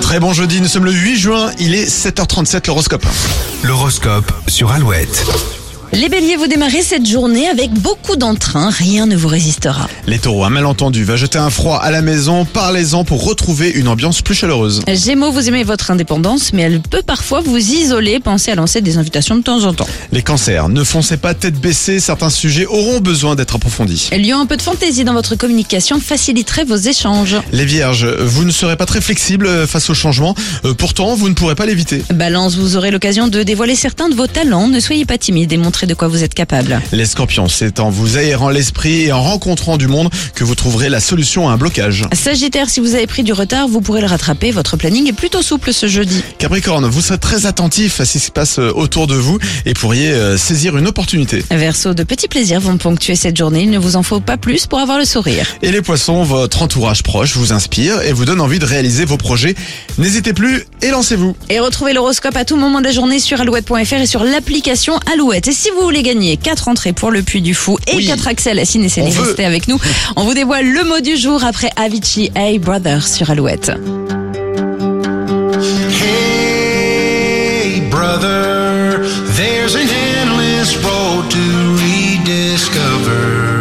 Très bon jeudi, nous sommes le 8 juin, il est 7h37, l'horoscope. L'horoscope sur Alouette. Les béliers, vous démarrez cette journée avec beaucoup d'entrain, rien ne vous résistera. Les taureaux, un malentendu va jeter un froid à la maison, parlez-en pour retrouver une ambiance plus chaleureuse. Gémeaux, vous aimez votre indépendance, mais elle peut parfois vous isoler, pensez à lancer des invitations de temps en temps. Les cancers, ne foncez pas tête baissée, certains sujets auront besoin d'être approfondis. Lion, un peu de fantaisie dans votre communication faciliterait vos échanges. Les vierges, vous ne serez pas très flexible face au changement, pourtant vous ne pourrez pas l'éviter. Balance, vous aurez l'occasion de dévoiler certains de vos talents, ne soyez pas timide et montrez de quoi vous êtes capable. Les scorpions, c'est en vous aérant l'esprit et en rencontrant du monde que vous trouverez la solution à un blocage. Sagittaire, si vous avez pris du retard, vous pourrez le rattraper, votre planning est plutôt souple ce jeudi. Capricorne, vous serez très attentif à ce qui se passe autour de vous et pourriez saisir une opportunité. Verseau, de petits plaisirs vont ponctuer cette journée, il ne vous en faut pas plus pour avoir le sourire. Et les poissons, votre entourage proche vous inspire et vous donne envie de réaliser vos projets. N'hésitez plus et lancez-vous. Et retrouvez l'horoscope à tout moment de la journée sur alouette.fr et sur l'application Alouette. Et si vous voulez gagner 4 entrées pour le Puy du Fou et Oui. 4 accès à la Cine et Célé, restez avec nous. On vous dévoile le mot du jour après Avicii, Hey Brother sur Alouette. Hey brother.